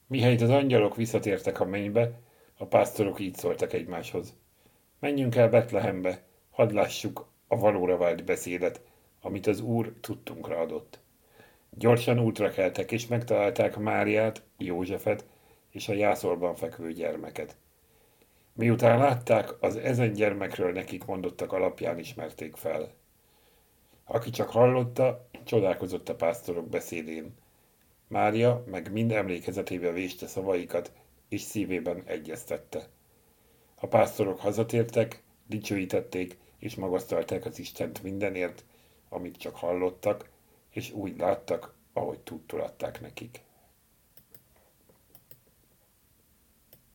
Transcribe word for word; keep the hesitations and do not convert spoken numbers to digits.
Mihelyt az angyalok visszatértek a mennybe, a pásztorok így szóltak egymáshoz. Menjünk el Betlehembe, hadd lássuk a valóra vált beszédet, amit az Úr tudtunkra adott. Gyorsan útra keltek, és megtalálták Máriát, Józsefet és a jászolban fekvő gyermeket. Miután látták, az ezen gyermekről nekik mondottak alapján ismerték fel. Aki csak hallotta, csodálkozott a pásztorok beszédén. Mária meg mind emlékezetébe véste szavaikat, és szívében egyeztette. A pásztorok hazatértek, dicsőítették és magasztalták az Istent mindenért, amit csak hallottak, és úgy láttak, ahogy tudtul adták nekik.